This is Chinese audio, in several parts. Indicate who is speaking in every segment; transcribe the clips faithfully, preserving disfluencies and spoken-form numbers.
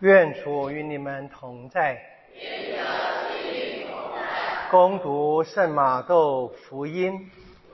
Speaker 1: 愿主与你们同在。恭读圣马窦福音。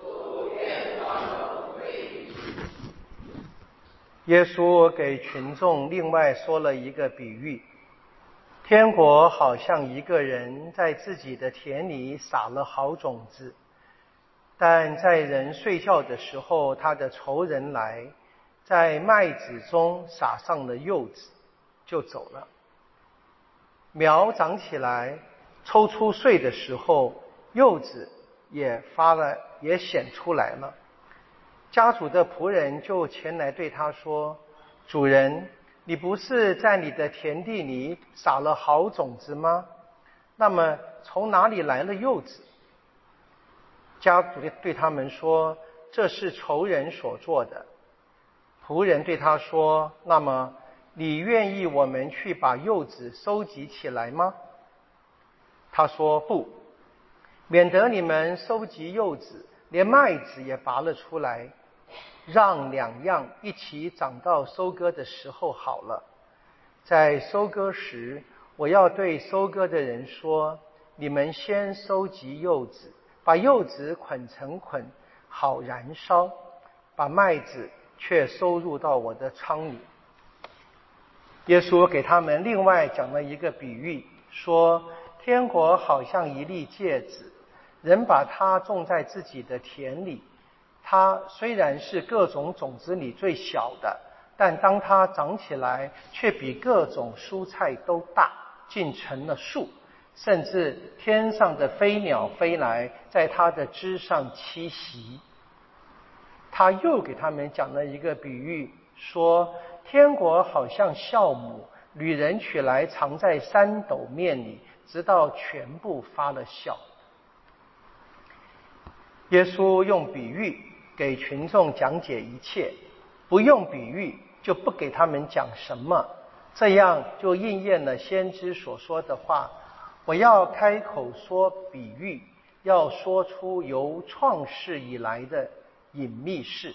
Speaker 1: 耶稣给群众另外说了一个比喻，天国好像一个人在自己的田里撒了好种子，但在人睡觉的时候，他的仇人来，在麦子中撒上了柚子，就走了。苗长起来，抽出穗的时候，柚子也发了，也显出来了。家主的仆人就前来对他说：主人，你不是在你的田地里撒了好种子吗？那么从哪里来了柚子？家主对他们说：这是仇人所做的。仆人对他说：那么你愿意我们去把柚子收集起来吗？他说：不，免得你们收集柚子，连麦子也拔了出来，让两样一起长到收割的时候好了。在收割时，我要对收割的人说：你们先收集柚子，把柚子捆成捆，好燃烧，把麦子却收入到我的仓里。耶稣给他们另外讲了一个比喻，说天国好像一粒芥子，人把它种在自己的田里，它虽然是各种种子里最小的，但当它长起来，却比各种蔬菜都大，竟成了树，甚至天上的飞鸟飞来，在它的枝上栖息。他又给他们讲了一个比喻，说天国好像酵母，女人取来藏在三斗面里，直到全部发了酵。耶稣用比喻给群众讲解一切，不用比喻就不给他们讲什么，这样就应验了先知所说的话：我要开口说比喻，要说出由创世以来的隐秘事。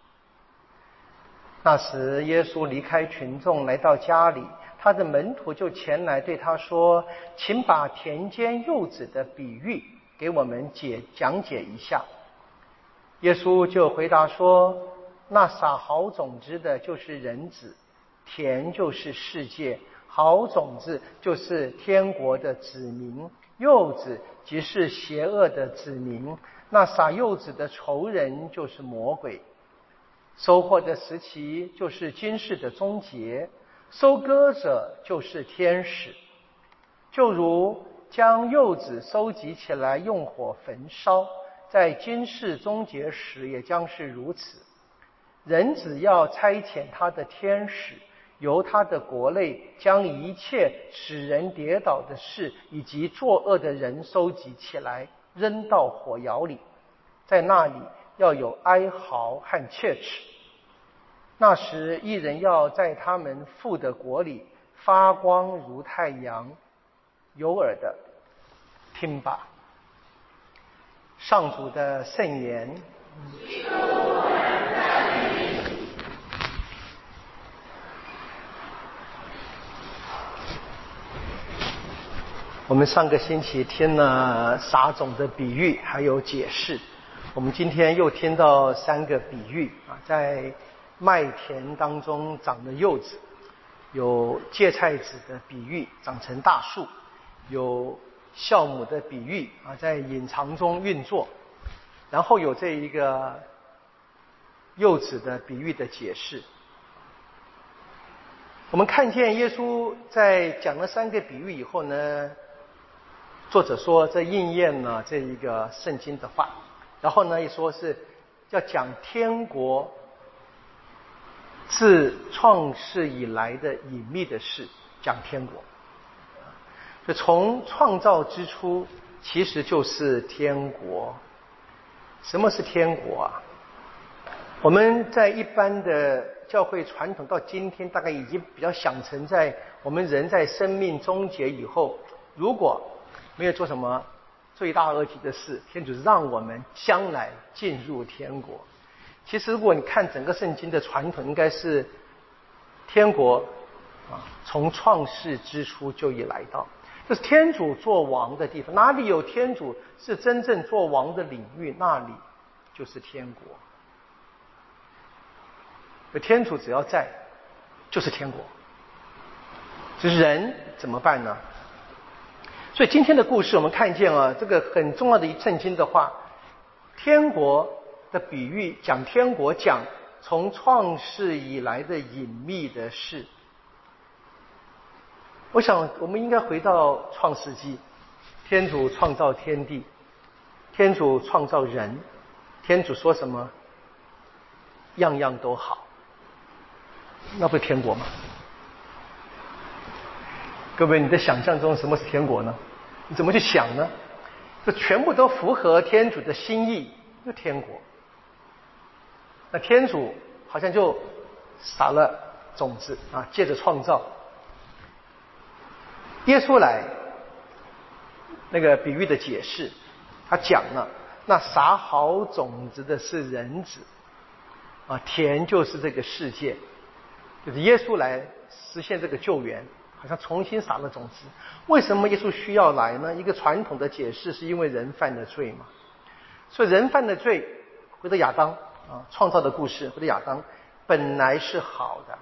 Speaker 1: 那时耶稣离开群众来到家里，他的门徒就前来对他说：请把田间柚子的比喻给我们解讲解一下。耶稣就回答说：那撒好种子的就是人子，田就是世界，好种子就是天国的子民，柚子即是邪恶的子民，那撒柚子的仇人就是魔鬼。收获的时期就是今世的终结，收割者就是天使。就如将柚子收集起来用火焚烧，在今世终结时也将是如此。人只要差遣他的天使，由他的国内将一切使人跌倒的事以及作恶的人收集起来，扔到火窑里，在那里要有哀嚎和切齿。那时义人要在他们父的国里发光如太阳。有耳的听吧。上主的圣言。我们上个星期听了撒种的比喻还有解释，我们今天又听到三个比喻啊，在麦田当中长的柚子，有芥菜籽的比喻长成大树，有酵母的比喻啊，在隐藏中运作，然后有这一个柚子的比喻的解释。我们看见耶稣在讲了三个比喻以后呢，作者说这应验了这一个圣经的话，然后呢一说是要讲天国自创世以来的隐秘的事，讲天国。就从创造之初其实就是天国。什么是天国啊？我们在一般的教会传统到今天大概已经比较想成在我们人在生命终结以后，如果没有做什么罪大恶极的事，天主让我们将来进入天国。其实如果你看整个圣经的传统，应该是天国啊，从创世之初就已来到，这是天主做王的地方。哪里有天主是真正做王的领域，那里就是天国。而天主只要在，就是天国。只是人怎么办呢？所以今天的故事我们看见啊，这个很重要的一圣经的话，天国的比喻讲天国，讲从创世以来的隐秘的事。我想我们应该回到创世纪，天主创造天地，天主创造人，天主说什么？样样都好，那不是天国吗？各位，你的想象中什么是天国呢？你怎么去想呢？这全部都符合天主的心意，就天国。那天主好像就撒了种子啊，借着创造。耶稣来，那个比喻的解释，他讲了，那撒好种子的是人子，啊，田就是这个世界，就是耶稣来实现这个救援。好像重新撒了种子。为什么耶稣需要来呢？一个传统的解释是因为人犯的罪嘛。所以人犯的罪，回到亚当啊创造的故事，回到亚当本来是好的，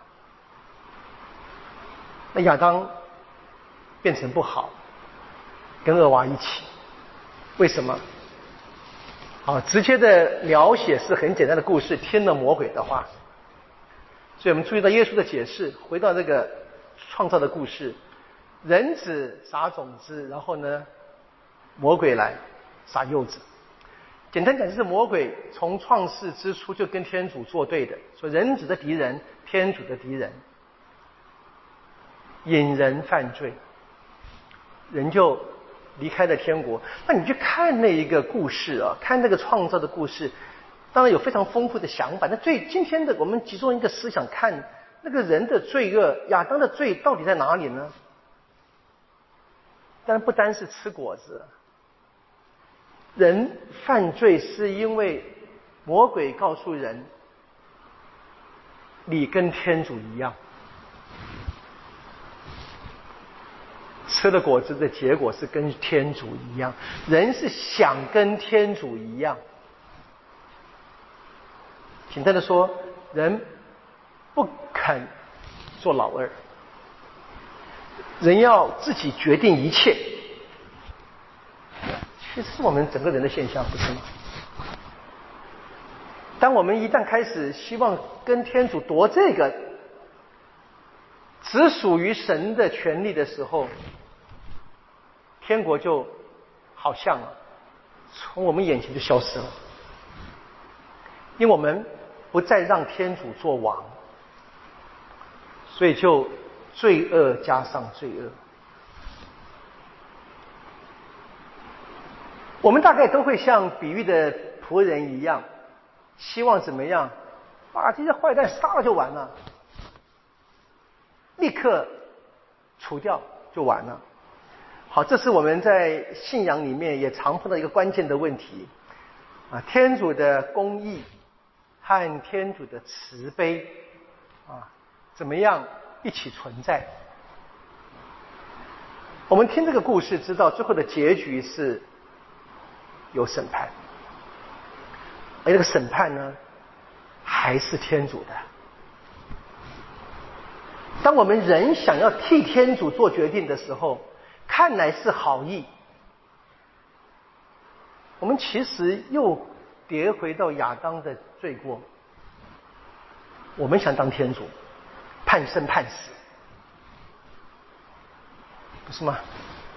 Speaker 1: 那亚当变成不好，跟恶娃一起。为什么？啊，直接的描写是很简单的故事，听了魔鬼的话。所以我们注意到耶稣的解释，回到这个创造的故事，人子撒种子，然后呢，魔鬼来撒柚子。简单讲就是魔鬼从创世之初就跟天主作对的，说人子的敌人，天主的敌人，引人犯罪，人就离开了天国。那你去看那一个故事啊，看那个创造的故事，当然有非常丰富的想法。那最今天的我们集中一个思想看。那个人的罪恶，亚当的罪到底在哪里呢？当然不单是吃果子，人犯罪是因为魔鬼告诉人，你跟天主一样，吃了果子的结果是跟天主一样，人是想跟天主一样。简单的说，人不肯做老二，人要自己决定一切。其实是我们整个人的现象，不是吗？当我们一旦开始希望跟天主夺这个只属于神的权利的时候，天国就好像啊从我们眼前就消失了，因为我们不再让天主做王，所以就罪恶加上罪恶。我们大概都会像比喻的仆人一样，希望怎么样把这些坏蛋杀了就完了，立刻除掉就完了。好，这是我们在信仰里面也常碰到一个关键的问题啊，天主的公义和天主的慈悲啊，怎么样一起存在？我们听这个故事知道最后的结局是有审判，而这个审判呢还是天主的。当我们人想要替天主做决定的时候，看来是好意，我们其实又跌回到亚当的罪过。我们想当天主，判生判死，不是吗？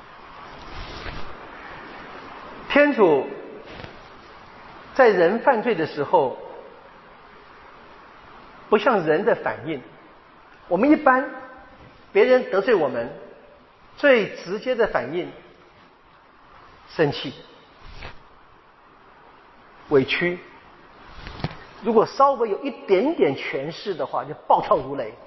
Speaker 1: 天主在人犯罪的时候，不像人的反应。我们一般别人得罪我们，最直接的反应生气、委屈，如果稍微有一点点权势的话，就暴跳如雷。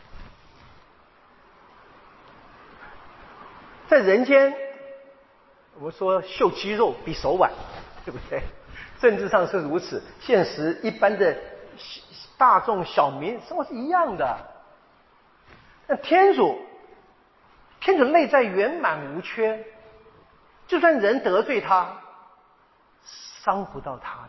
Speaker 1: 在人间，我们说秀肌肉比手腕，对不对？政治上是如此，现实一般的大众小民生活是一样的。 那天主，天主内在圆满无缺，就算人得罪他，伤不到他的。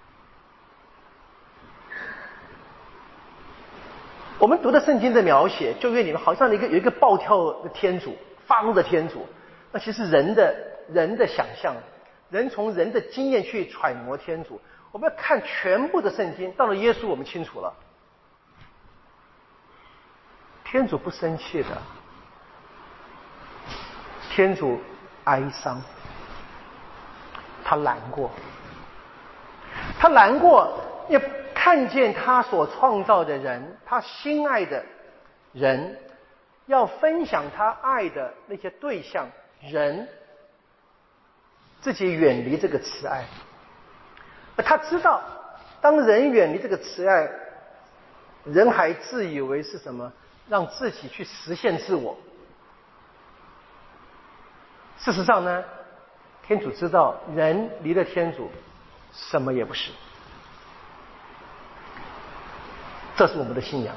Speaker 1: 我们读的圣经的描写，旧约里面好像一个有一个暴跳的天主，发怒的天主，那其实人的人的想象，人从人的经验去揣摩天主。我们要看全部的圣经，到了耶稣我们清楚了，天主不生气的，天主哀伤，他难过，他难过也看见他所创造的人，他心爱的人，要分享他爱的那些对象人，自己远离这个慈爱。他知道当人远离这个慈爱，人还自以为是什么，让自己去实现自我。事实上呢，天主知道人离了天主什么也不是，这是我们的信仰。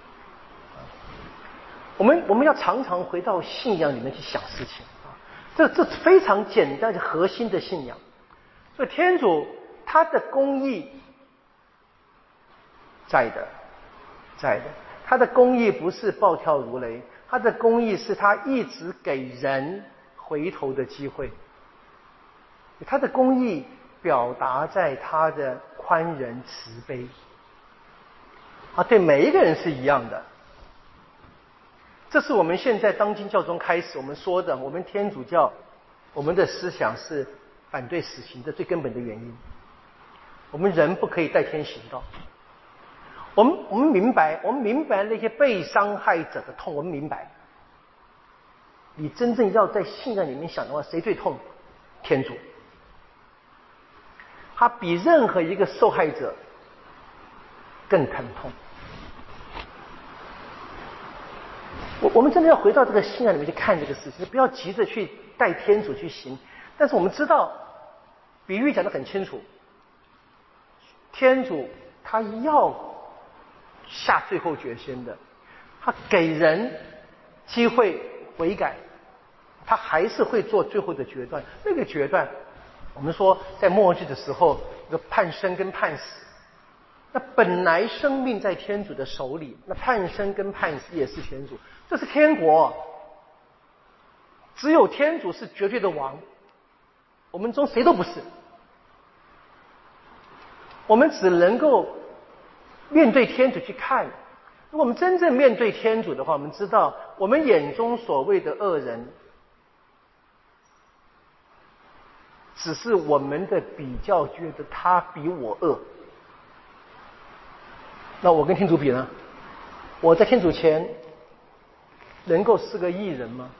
Speaker 1: 我们我们要常常回到信仰里面去想事情啊，这这非常简单的核心的信仰。所以天主他的公义在的，在的，他的公义不是暴跳如雷，他的公义是他一直给人回头的机会。他的公义表达在他的宽仁慈悲啊，对每一个人是一样的。这是我们现在当今教宗开始我们说的，我们天主教我们的思想是反对死刑的最根本的原因。我们人不可以代天行道。我们我们明白，我们明白那些被伤害者的痛，我们明白。你真正要在信仰里面想的话，谁最痛？天主。他比任何一个受害者更疼痛。我我们真的要回到这个信仰里面去看这个事情，不要急着去带天主去行。但是我们知道，比喻讲得很清楚，天主他要下最后决心的，他给人机会悔改，他还是会做最后的决断。那个决断，我们说在末日的时候，有判生跟判死。那本来生命在天主的手里，那判生跟判死也是天主，这是天国。只有天主是绝对的王，我们中谁都不是。我们只能够面对天主去看。如果我们真正面对天主的话，我们知道我们眼中所谓的恶人，只是我们的比较觉得他比我恶。那我跟天主比呢？我在天主前能够是个义人吗？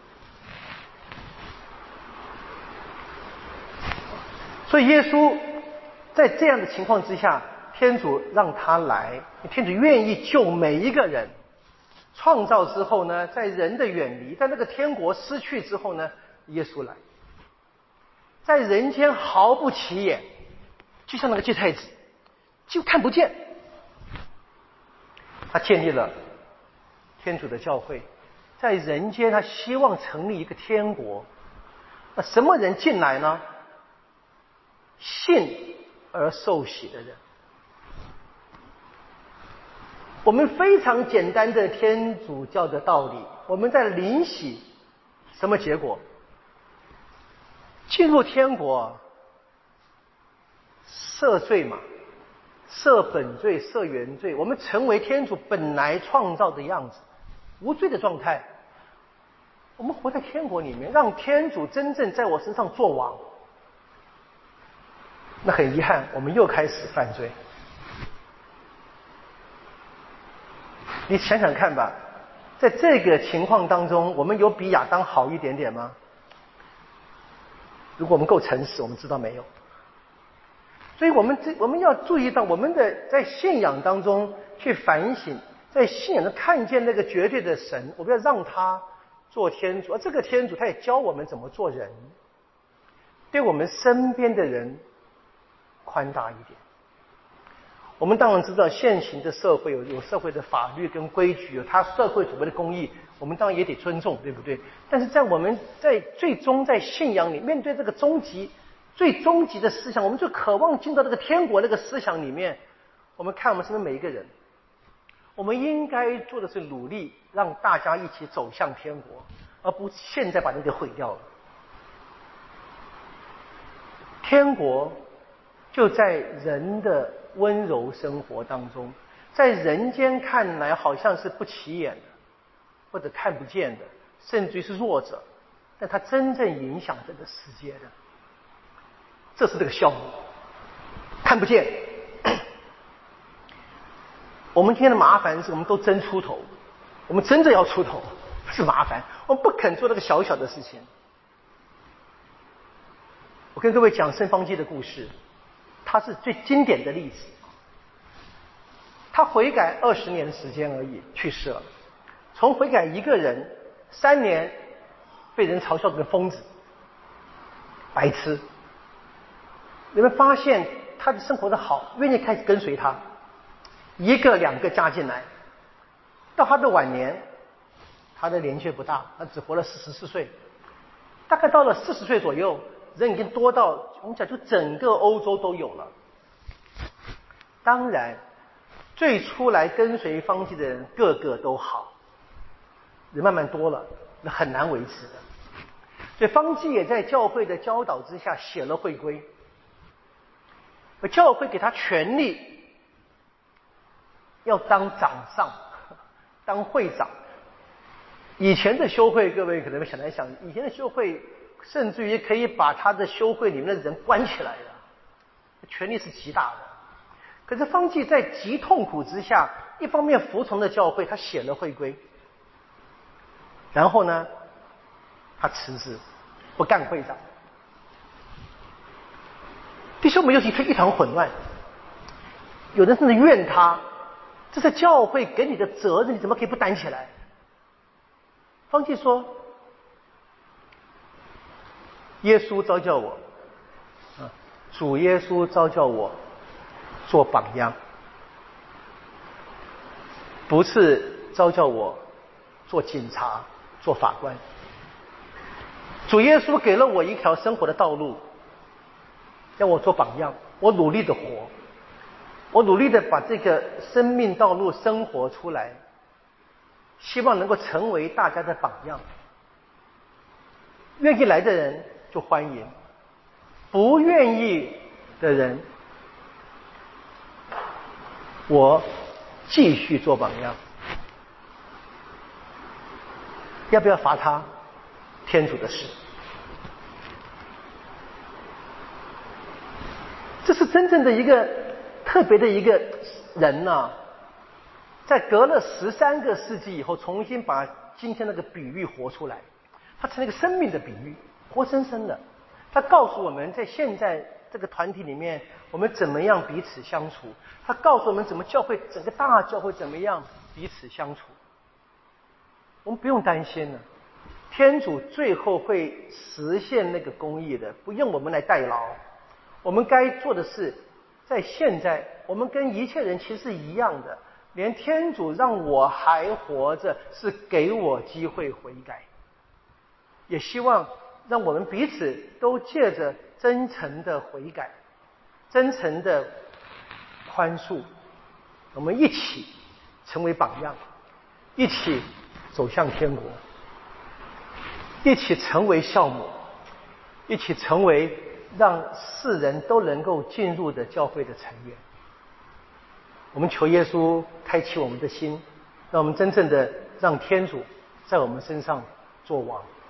Speaker 1: 所以耶稣在这样的情况之下，天主让他来，天主愿意救每一个人。创造之后呢，在人的远离，在那个天国失去之后呢，耶稣来，在人间毫不起眼，就像那个芥菜子，就看不见。他建立了天主的教会，在人间他希望成立一个天国。那什么人进来呢？信而受洗的人。我们非常简单的天主教的道理，我们在领洗，什么结果？进入天国，赦罪嘛，赦本罪，赦原罪，我们成为天主本来创造的样子，无罪的状态。我们活在天国里面，让天主真正在我身上做王。那很遗憾，我们又开始犯罪。你想想看吧，在这个情况当中，我们有比亚当好一点点吗？如果我们够诚实，我们知道没有。所以我们这我们要注意到，我们的在信仰当中去反省，在信仰中看见那个绝对的神，我们要让他做天主，而这个天主他也教我们怎么做人，对我们身边的人宽大一点。 我们当然知道现行的社会有有社会的法律跟规矩，有它社会所谓的公义，我们当然也得尊重，对不对？但是在我们在最终在信仰里面对这个终极最终极的思想，我们就渴望进到这个天国那个思想里面，我们看我们身边每一个人，我们应该做的是努力让大家一起走向天国，而不现在把那个毁掉了。天国就在人的温柔生活当中，在人间看来好像是不起眼的，或者看不见的，甚至于是弱者，但它真正影响这个世界的，这是这个效果，看不见。我们今天的麻烦是我们都真出头，我们真的要出头是麻烦，我们不肯做那个小小的事情。我跟各位讲圣方济的故事，他是最经典的例子。他悔改二十年的时间而已，去世了。从悔改一个人，三年被人嘲笑成疯子、白痴。你们发现他的生活的好，愿意开始跟随他，一个两个加进来，到他的晚年，他的年纪不大，他只活了四十四岁，大概到了四十岁左右，人已经多到我们讲就整个欧洲都有了。当然最初来跟随方济的人个个都好，人慢慢多了，那很难维持的。所以方济也在教会的教导之下写了会规，而教会给他权力，要当长上，当会长。以前的修会，各位可能想来想，以前的修会甚至于可以把他的修会里面的人关起来的，权力是极大的。可是方济在极痛苦之下，一方面服从了教会，他写了会规，然后呢，他辞职，不干会长。弟兄们又是一团混乱，有人甚至怨他，这是教会给你的责任，你怎么可以不担起来？方济说，耶稣召叫我，啊，主耶稣召叫我做榜样，不是召叫我做警察、做法官。主耶稣给了我一条生活的道路，让我做榜样，我努力的活，我努力的把这个生命道路生活出来，希望能够成为大家的榜样。愿意来的人就欢迎，不愿意的人，我继续做榜样。要不要罚他？天主的事。这是真正的一个特别的一个人啊，在隔了十三个世纪以后，重新把今天那个比喻活出来，它成了一个生命的比喻，活生生的。他告诉我们在现在这个团体里面，我们怎么样彼此相处，他告诉我们怎么教会整个大教会怎么样彼此相处。我们不用担心了，天主最后会实现那个公义的，不用我们来代劳。我们该做的是，在现在我们跟一切人其实是一样的，连天主让我还活着是给我机会悔改，也希望让我们彼此都借着真诚的悔改、真诚的宽恕，我们一起成为榜样，一起走向天国，一起成为酵母，一起成为让世人都能够进入的教会的成员。我们求耶稣开启我们的心，让我们真正的让天主在我们身上作王。